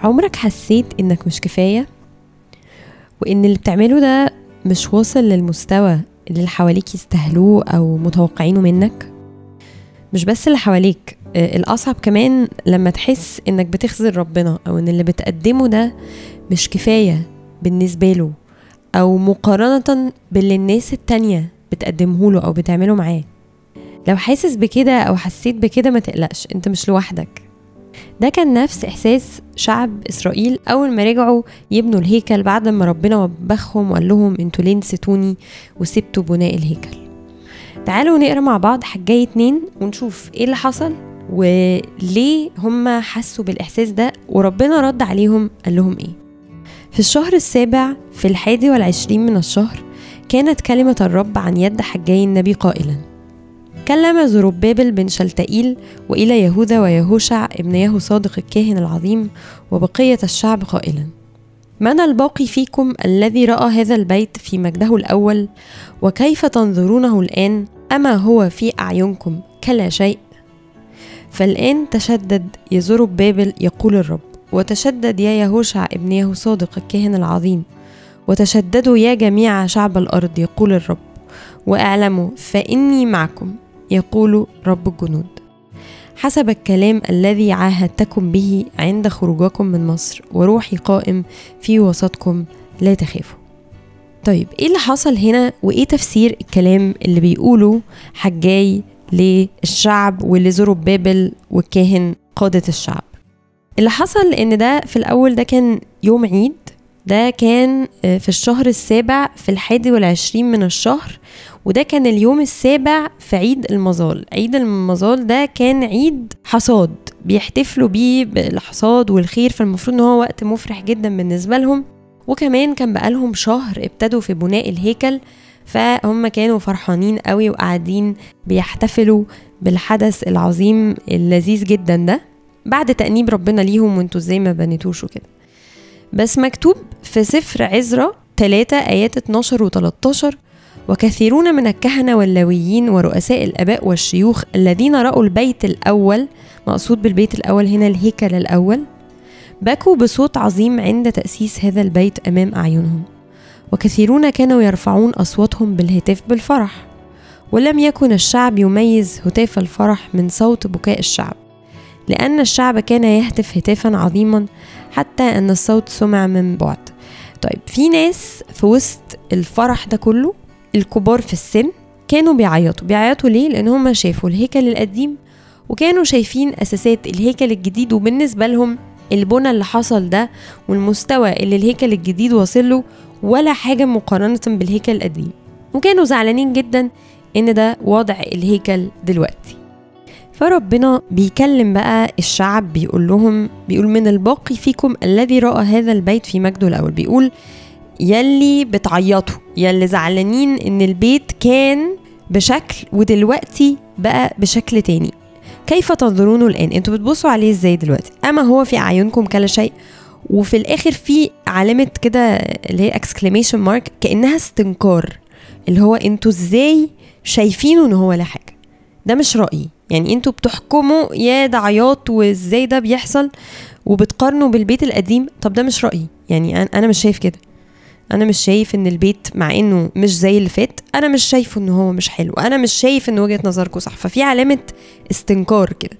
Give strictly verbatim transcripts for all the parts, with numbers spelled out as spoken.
عمرك حسيت انك مش كفاية وان اللي بتعمله ده مش واصل للمستوى اللي اللي حواليك يستاهلوه او متوقعينه منك؟ مش بس اللي حواليك، الأصعب كمان لما تحس انك بتخذل ربنا او ان اللي بتقدمه ده مش كفاية بالنسبة له او مقارنة باللي الناس التانية بتقدمه له او بتعمله معاه. لو حاسس بكده او حسيت بكده ما تقلقش، انت مش لوحدك. ده كان نفس احساس شعب اسرائيل اول ما رجعوا يبنوا الهيكل بعد ما ربنا وبخهم وقال لهم انتوا ليه نسيتوني وسبتوا بناء الهيكل. تعالوا نقرا مع بعض حجاية اتنين ونشوف ايه اللي حصل وليه هم حسوا بالاحساس ده وربنا رد عليهم قال لهم ايه. في الشهر السابع في الحادي والعشرين من الشهر كانت كلمة الرب عن يد حجاي النبي قائلا: كلم زربابل بن شلتائيل وإلى يهوذا ويهوشع ابن يهوصادق الكاهن العظيم وبقية الشعب قائلا: من الباقي فيكم الذي رأى هذا البيت في مجده الأول وكيف تنظرونه الآن؟ أما هو في أعينكم كلا شيء؟ فالآن تشدد يا زربابل يقول الرب، وتشدد يا يهوشع ابن يهوصادق الكاهن العظيم، وتشددوا يا جميع شعب الأرض يقول الرب، واعلموا فإني معكم يقول رب الجنود، حسب الكلام الذي عاهدتكم به عند خروجكم من مصر، وروحي قائم في وسطكم لا تخافوا. طيب ايه اللي حصل هنا وايه تفسير الكلام اللي بيقوله حجاي للشعب ولزربابل والكاهن قادة الشعب؟ اللي حصل ان ده في الاول ده كان يوم عيد، ده كان في الشهر السابع في الحادي والعشرين من الشهر، وده كان اليوم السابع في عيد المظال. عيد المظال ده كان عيد حصاد بيحتفلوا بيه بالحصاد والخير، فالمفروض ان هو وقت مفرح جدا بالنسبة لهم، وكمان كان بقالهم شهر ابتدوا في بناء الهيكل، فهم كانوا فرحانين قوي وقاعدين بيحتفلوا بالحدث العظيم اللذيذ جدا ده بعد تأنيب ربنا ليهم وانتوا ازاي ما بنيتوش وكده. بس مكتوب في سفر عزرا ثلاثة آيات اتناشر و تلتاشر: وكثيرون من الكهنة واللاويين ورؤساء الآباء والشيوخ الذين رأوا البيت الأول، مقصود بالبيت الأول هنا الهيكل الأول، بكوا بصوت عظيم عند تأسيس هذا البيت أمام أعينهم، وكثيرون كانوا يرفعون أصواتهم بالهتاف بالفرح، ولم يكن الشعب يميز هتاف الفرح من صوت بكاء الشعب، لأن الشعب كان يهتف هتافا عظيما حتى أن الصوت سمع من بعد. طيب في ناس في وسط الفرح ده كله، الكبار في السن، كانوا بيعيطوا. بيعيطوا ليه؟ لأن هم شافوا الهيكل القديم وكانوا شايفين أساسات الهيكل الجديد، وبالنسبة لهم البنى اللي حصل ده والمستوى اللي الهيكل الجديد وصله ولا حاجة مقارنة بالهيكل القديم، وكانوا زعلانين جدا إن ده وضع الهيكل دلوقتي. فربنا بيكلم بقى الشعب، بيقول لهم، بيقول: من الباقي فيكم الذي رأى هذا البيت في مجده الأول. بيقول يلي بتعيطوا، يلي زعلانين إن البيت كان بشكل ودلوقتي بقى بشكل تاني، كيف تنظرونه الآن؟ انتوا بتبصوا عليه ازاي دلوقتي؟ أما هو في أعينكم كلا شيء. وفي الآخر في علامة كده اللي هي exclamation mark، كأنها استنكار، اللي هو انتوا ازاي شايفينه ان هو لا حاجة؟ ده مش رأيي. يعني انتوا بتحكموا يا ده عياط وازاي ده بيحصل وبتقارنوا بالبيت القديم. طب ده مش رأيي، يعني انا مش شايف كده. انا مش شايف ان البيت مع انه مش زي اللي فات، انا مش شايفه ان هو مش حلو، انا مش شايف ان وجهة نظركم صح. ففي علامة استنكار كده.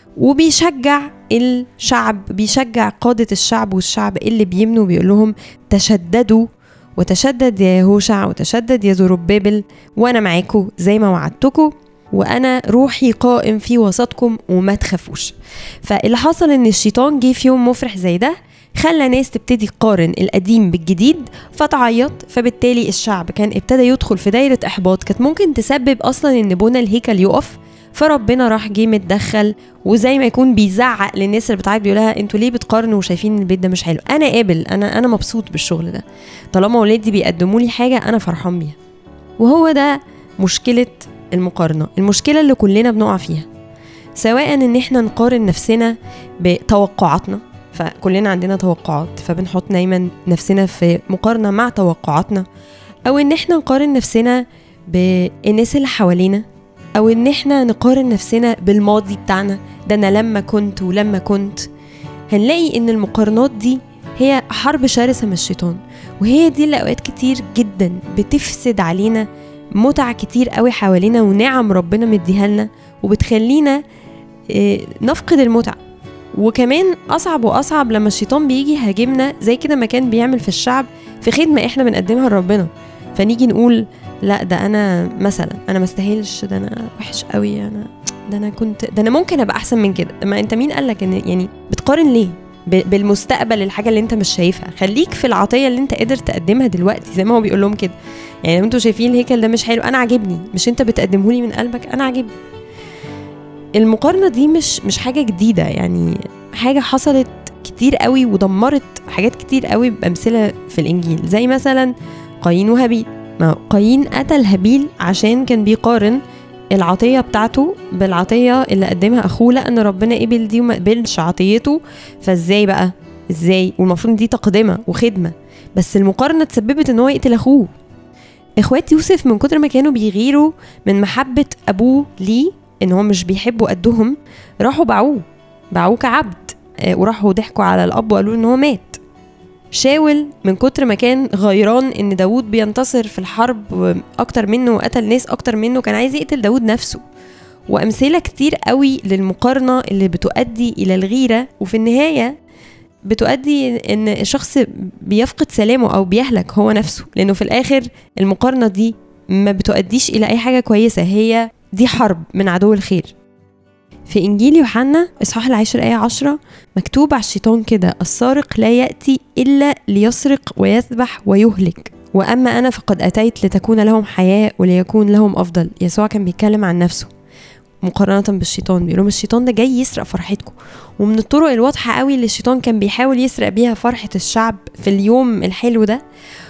وبيشجع الشعب، بيشجع قادة الشعب والشعب اللي بيمنوا، بيقول لهم تشددوا، وتشدد يا يهوشع وتشدد يا زربابل، وانا معاكم زي ما وعدتكم، وانا روحي قائم في وسطكم وما تخافوش. فاللي حصل ان الشيطان جه في يوم مفرح زي ده، خلى ناس تبتدي تقارن القديم بالجديد فتعيط، فبالتالي الشعب كان ابتدى يدخل في دايرة احباط كانت ممكن تسبب اصلا ان بنى الهيكل يقف. فربنا راح جه متدخل، وزي ما يكون بيزعق للناس اللي بتعيط، بيقولها انتوا ليه بتقارنوا وشايفين ان البيت ده مش حلو؟ انا قابل، انا انا مبسوط بالشغل ده، طالما ولادي بيقدموا لي حاجه انا فرحان بيها. وهو ده مشكله المقارنه، المشكله اللي كلنا بنقع فيها، سواء ان احنا نقارن نفسنا بتوقعاتنا، فكلنا عندنا توقعات فبنحط دايما نفسنا في مقارنه مع توقعاتنا، او ان احنا نقارن نفسنا بالناس اللي حوالينا، او ان احنا نقارن نفسنا بالماضي بتاعنا، ده انا لما كنت ولما كنت. هنلاقي ان المقارنات دي هي حرب شرسة من الشيطان، وهي دي اللي اوقات كتير جدا بتفسد علينا متع كتير قوي حوالينا ونعم ربنا مديها لنا، وبتخلينا نفقد المتع. وكمان أصعب وأصعب لما الشيطان بيجي يهاجمنا زي كده ما كان بيعمل في الشعب في خدمة إحنا بنقدمها لربنا، فنيجي نقول لا ده أنا مثلا أنا مستاهلش، ده أنا وحش قوي، أنا ده أنا كنت ده أنا ممكن أبقى أحسن من كده. ما أنت مين قالك إن يعني بتقارن ليه بالمستقبل الحاجة اللي أنت مش شايفها؟ خليك في العطية اللي أنت قادر تقدمها دلوقتي، زي ما هو بيقول لهم كده. يعني لو أنتوا شايفين الهيكل ده مش حلو، أنا عاجبني، مش أنت بتقدمه لي من قلبك، أنا عاجبني. المقارنة دي مش مش حاجة جديدة، يعني حاجة حصلت كتير قوي ودمرت حاجات كتير قوي بأمثلة في الإنجيل، زي مثلا قايين وهابيل. ما قايين قتل هابيل عشان كان بيقارن العطية بتاعته بالعطية اللي قدمها أخوه، لأن ربنا قبل دي وما قبلش عطيته، فازاي بقى ازاي؟ والمفروض دي تقدمة وخدمة، بس المقارنة تسببت ان هو يقتل أخوه. إخوات يوسف من كتر ما كانوا بيغيروا من محبة أبوه ليه ان هو مش بيحبوا قدهم، راحوا باعوه باعوه كعبد، وراحوا ضحكوا على الأب وقالوا ان هو مات. شاول من كتر ما كان غيران ان داود بينتصر في الحرب اكتر منه وقتل ناس اكتر منه، كان عايز يقتل داود نفسه. وامثله كتير قوي للمقارنه اللي بتؤدي الى الغيره، وفي النهايه بتؤدي ان الشخص بيفقد سلامه او بيهلك هو نفسه، لانه في الاخر المقارنه دي ما بتؤديش الى اي حاجه كويسه، هي دي حرب من عدو الخير. في إنجيل يوحنا إصحاح العاشر آية عشرة مكتوب على الشيطان كده: السارق لا يأتي إلا ليسرق ويذبح ويهلك، وأما أنا فقد أتيت لتكون لهم حياة وليكون لهم أفضل. يسوع كان بيتكلم عن نفسه مقارنة بالشيطان، بيقولهم الشيطان ده جاي يسرق فرحتكم. ومن الطرق الواضحة قوي اللي الشيطان كان بيحاول يسرق بيها فرحة الشعب في اليوم الحلو ده،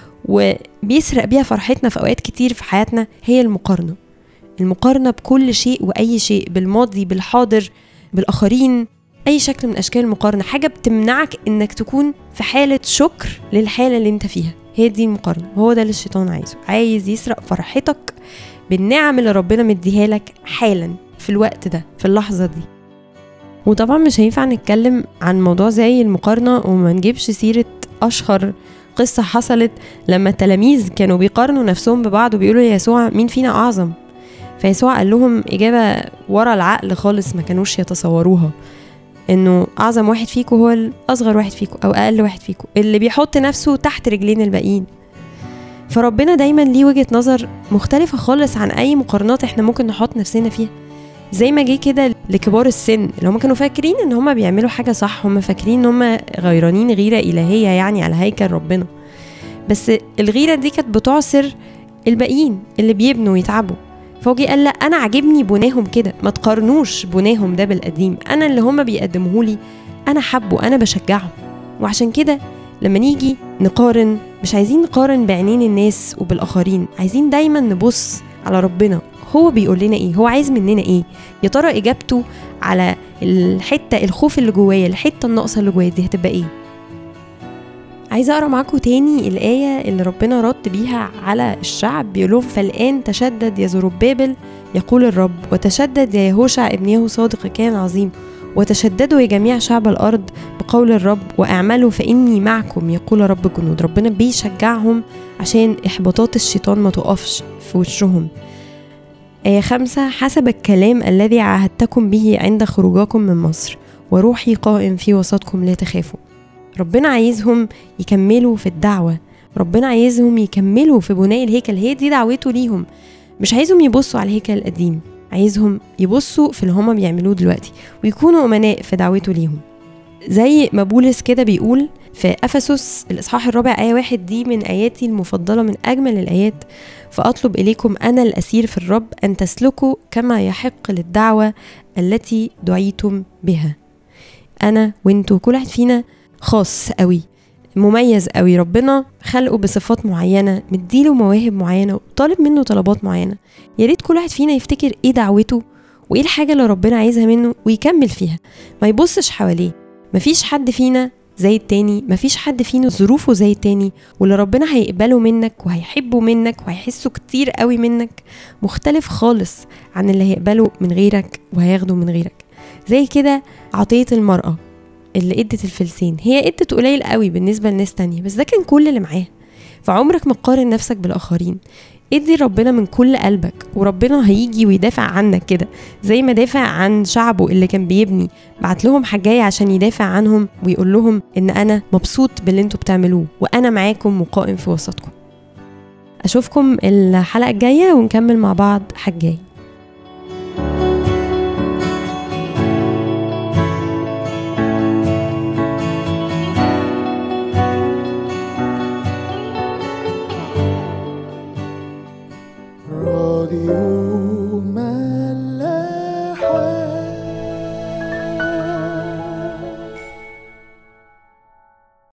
وبيسرق بيها فرحتنا في أوقات كتير في حياتنا، هي المقارنة. المقارنة بكل شيء وأي شيء، بالماضي بالحاضر بالآخرين، أي شكل من أشكال المقارنة، حاجة بتمنعك إنك تكون في حالة شكر للحالة اللي انت فيها، هي دي المقارنة. هو ده اللي الشيطان عايزه، عايز يسرق فرحتك بالنعم اللي ربنا مديها لك حالا في الوقت ده في اللحظة دي. وطبعا مش هينفع نتكلم عن موضوع زي المقارنة وما نجيبش سيرة أشهر قصة حصلت لما التلاميذ كانوا بيقارنوا نفسهم ببعض وبيقولوا ليسوع مين فينا أعظم، فيسوع قال لهم إجابة ورا العقل خالص ما كانوش يتصوروها، إنه أعظم واحد فيكم هو الأصغر واحد فيكم أو أقل واحد فيكم، اللي بيحط نفسه تحت رجلين الباقيين. فربنا دايما ليه وجهة نظر مختلفة خالص عن أي مقارنات إحنا ممكن نحط نفسنا فيها. زي ما جه كده لكبار السن اللي هم كانوا فاكرين إن هم بيعملوا حاجة صح، هم فاكرين إن هم غيرانين غيرة إلهية يعني على هيكل ربنا، بس الغيرة دي كانت بتعصر الباقيين اللي بيبنوا ويتعبوا. فوجي قال لا، أنا عجبني بناهم كده، ما تقارنوش بناهم ده بالقديم، أنا اللي هم بيقدموهولي أنا حبه، أنا بشجعهم. وعشان كده لما نيجي نقارن مش عايزين نقارن بعينين الناس وبالآخرين، عايزين دايما نبص على ربنا، هو بيقول لنا إيه، هو عايز مننا إيه، يا ترى إجابته على الحتة الخوف اللي جوايا، الحتة الناقصة اللي جوايا دي هتبقى إيه. عايزة أقرأ معاكم تاني الآية اللي ربنا رد بيها على الشعب، بيقولوا فالآن تشدد يا زربابل يقول الرب، وتشدد يا يهوشع ابن يهو صادق كان عظيم، وتشددوا يا جميع شعب الأرض بقول الرب واعملوا فإني معكم يقول رب الجنود. ربنا بيشجعهم عشان إحباطات الشيطان ما تقفش في وشهم. آية خمسة: حسب الكلام الذي عاهدتكم به عند خروجكم من مصر، وروحي قائم في وسطكم لا تخافوا. ربنا عايزهم يكملوا في الدعوة، ربنا عايزهم يكملوا في بناء الهيكل، هي دي دعوته ليهم. مش عايزهم يبصوا على الهيكل القديم، عايزهم يبصوا في اللي هما بيعملوه دلوقتي ويكونوا أمناء في دعوته ليهم. زي ما بولس كده بيقول في أفسس الإصحاح الرابع آية واحد، دي من آياتي المفضلة، من أجمل الآيات: فأطلب إليكم أنا الأسير في الرب أن تسلكوا كما يحق للدعوة التي دعيتم بها. أنا وإنتوا كل واحد فينا خاص قوي، مميز قوي، ربنا خلقه بصفات معينة، مديله مواهب معينة وطالب منه طلبات معينة. يا ريت كل واحد فينا يفتكر ايه دعوته وايه الحاجة اللي ربنا عايزها منه ويكمل فيها، ما يبصش حواليه. مفيش حد فينا زي التاني، مفيش حد فينا ظروفه زي التاني، واللي ربنا هيقبله منك وهيحبه منك وهيحسه كتير قوي منك مختلف خالص عن اللي هيقبله من غيرك وهياخده من غيرك. زي كده عطية المرأة، اللي ادت الفلسين هي ادت قليل قوي بالنسبة لناس تانية، بس ده كان كل اللي معاه. فعمرك ما تقارن نفسك بالآخرين، ادي ربنا من كل قلبك وربنا هيجي ويدافع عنك كده زي ما دافع عن شعبه اللي كان بيبني. بعت لهم حجاي عشان يدافع عنهم ويقول لهم ان انا مبسوط باللي انتوا بتعملوه وانا معاكم وقائم في وسطكم. اشوفكم الحلقة الجاية ونكمل مع بعض حجاي.